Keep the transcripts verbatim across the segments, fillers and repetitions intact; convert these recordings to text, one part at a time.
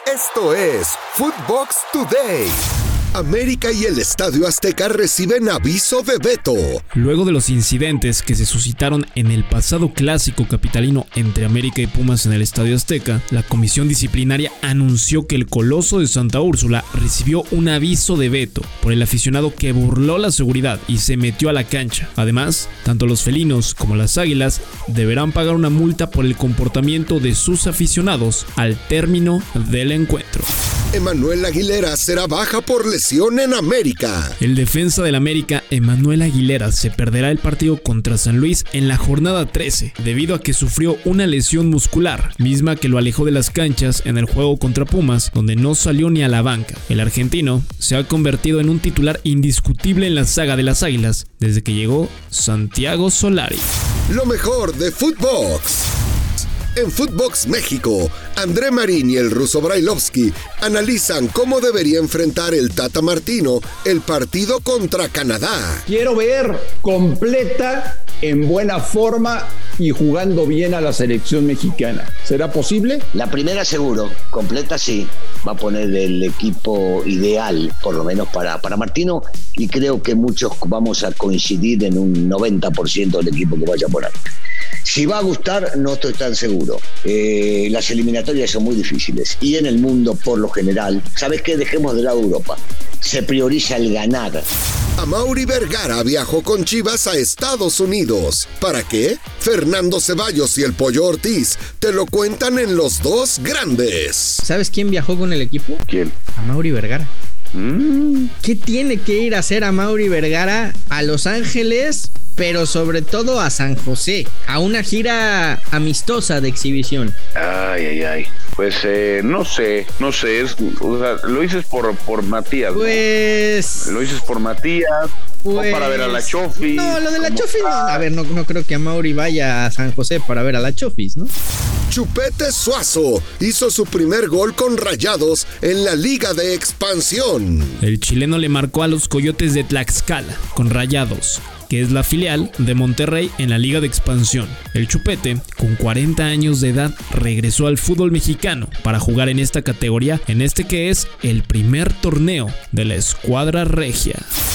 Esto es Footbox Today. América y el Estadio Azteca reciben aviso de veto. Luego de los incidentes que se suscitaron en el pasado clásico capitalino entre América y Pumas en el Estadio Azteca, la comisión disciplinaria anunció que el Coloso de Santa Úrsula recibió un aviso de veto por el aficionado que burló la seguridad y se metió a la cancha. Además, tanto los felinos como las águilas deberán pagar una multa por el comportamiento de sus aficionados al término del encuentro. Emanuel Aguilera será baja por lesión en América. El defensa del América, Emanuel Aguilera, se perderá el partido contra San Luis en la jornada trece, debido a que sufrió una lesión muscular, misma que lo alejó de las canchas en el juego contra Pumas, donde no salió ni a la banca. El argentino se ha convertido en un titular indiscutible en la saga de las Águilas, desde que llegó Santiago Solari. Lo mejor de Footbox. En Footbox México, André Marín y el ruso Brailovsky analizan cómo debería enfrentar el Tata Martino el partido contra Canadá. Quiero ver completa, en buena forma y jugando bien a la selección mexicana. ¿Será posible? La primera seguro, completa sí. Va a poner el equipo ideal, por lo menos para, para Martino, y creo que muchos vamos a coincidir en un noventa por ciento del equipo que vaya a poner. Si va a gustar, no estoy tan seguro. Eh, las eliminatorias son muy difíciles y en el mundo, por lo general, ¿sabes qué? Dejemos de lado Europa. Se prioriza el ganar. Amaury Vergara viajó con Chivas a Estados Unidos. ¿Para qué? Fernando Ceballos y el Pollo Ortiz te lo cuentan en Los Dos Grandes. ¿Sabes quién viajó con el equipo? ¿Quién? Amaury Vergara. Mm. ¿Qué tiene que ir a hacer Amaury Vergara a Los Ángeles, pero sobre todo a San José, a una gira amistosa de exhibición? Ay, ay, ay. Pues eh, no sé, no sé, es, o sea, lo dices por, por Matías, Pues... ¿no? Lo dices por Matías, pues... o para ver a la Chofis. No, lo de la ¿Cómo? Chofis no. A ver, no, no creo que Amaury vaya a San José para ver a la Chofis, ¿no? Chupete Suazo hizo su primer gol con Rayados en la Liga de Expansión. El chileno le marcó a los Coyotes de Tlaxcala con Rayados, que es la filial de Monterrey en la Liga de Expansión. El Chupete, con cuarenta años de edad, regresó al fútbol mexicano para jugar en esta categoría, en este que es el primer torneo de la escuadra regia.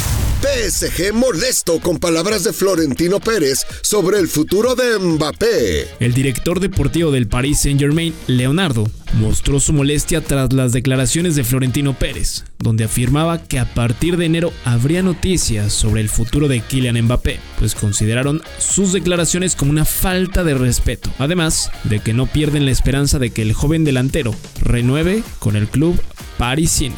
P S G molesto con palabras de Florentino Pérez sobre el futuro de Mbappé. El director deportivo del Paris Saint-Germain, Leonardo, mostró su molestia tras las declaraciones de Florentino Pérez, donde afirmaba que a partir de enero habría noticias sobre el futuro de Kylian Mbappé, pues consideraron sus declaraciones como una falta de respeto, además de que no pierden la esperanza de que el joven delantero renueve con el club parisino.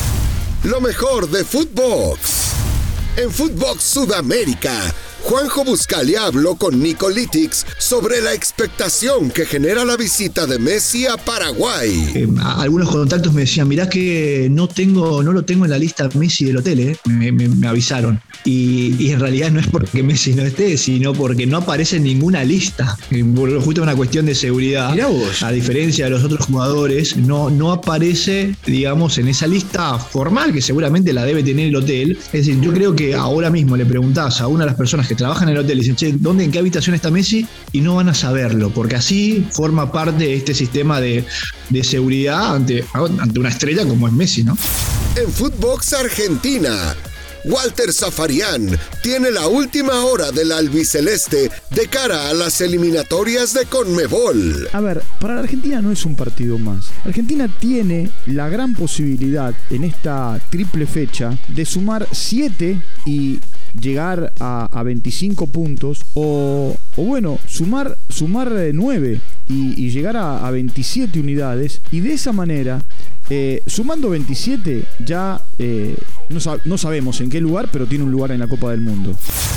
Lo mejor de Footbox. En Footbox Sudamérica, Juanjo Buscalia habló con Nico Litix sobre la expectación que genera la visita de Messi a Paraguay. Eh, algunos contactos me decían, mirá que no tengo, no lo tengo en la lista Messi del hotel, eh. me, me, me avisaron. Y, y en realidad no es porque Messi no esté, sino porque no aparece en ninguna lista. Por justo una cuestión de seguridad. Mirá vos. A diferencia de los otros jugadores, no, no aparece, digamos, en esa lista formal que seguramente la debe tener el hotel. Es decir, yo creo que ahora mismo le preguntás a una de las personas que trabajan en el hotel y dicen, che, ¿dónde, en qué habitación está Messi? Y no van a saberlo, porque así forma parte de este sistema de, de seguridad ante, ante una estrella como es Messi, ¿no? En Footbox Argentina, Walter Zafarian tiene la última hora del albiceleste de cara a las eliminatorias de Conmebol. A ver, para la Argentina no es un partido más. Argentina tiene la gran posibilidad en esta triple fecha de sumar siete y llegar a, a veinticinco puntos o, o bueno, sumar, sumar nueve y, y llegar a, a veintisiete unidades, y de esa manera, eh, sumando veintisiete, ya eh, no, sab- no sabemos en qué lugar, pero tiene un lugar en la Copa del Mundo.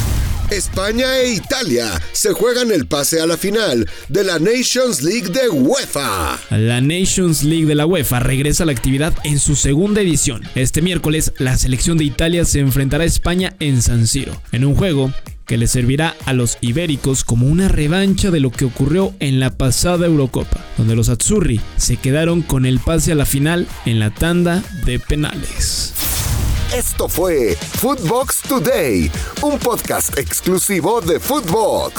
España e Italia se juegan el pase a la final de la Nations League de UEFA. La Nations League de la UEFA regresa a la actividad en su segunda edición. Este miércoles, la selección de Italia se enfrentará a España en San Siro, en un juego que le servirá a los ibéricos como una revancha de lo que ocurrió en la pasada Eurocopa, donde los azzurri se quedaron con el pase a la final en la tanda de penales. Esto fue Footbox Today, un podcast exclusivo de Footbox.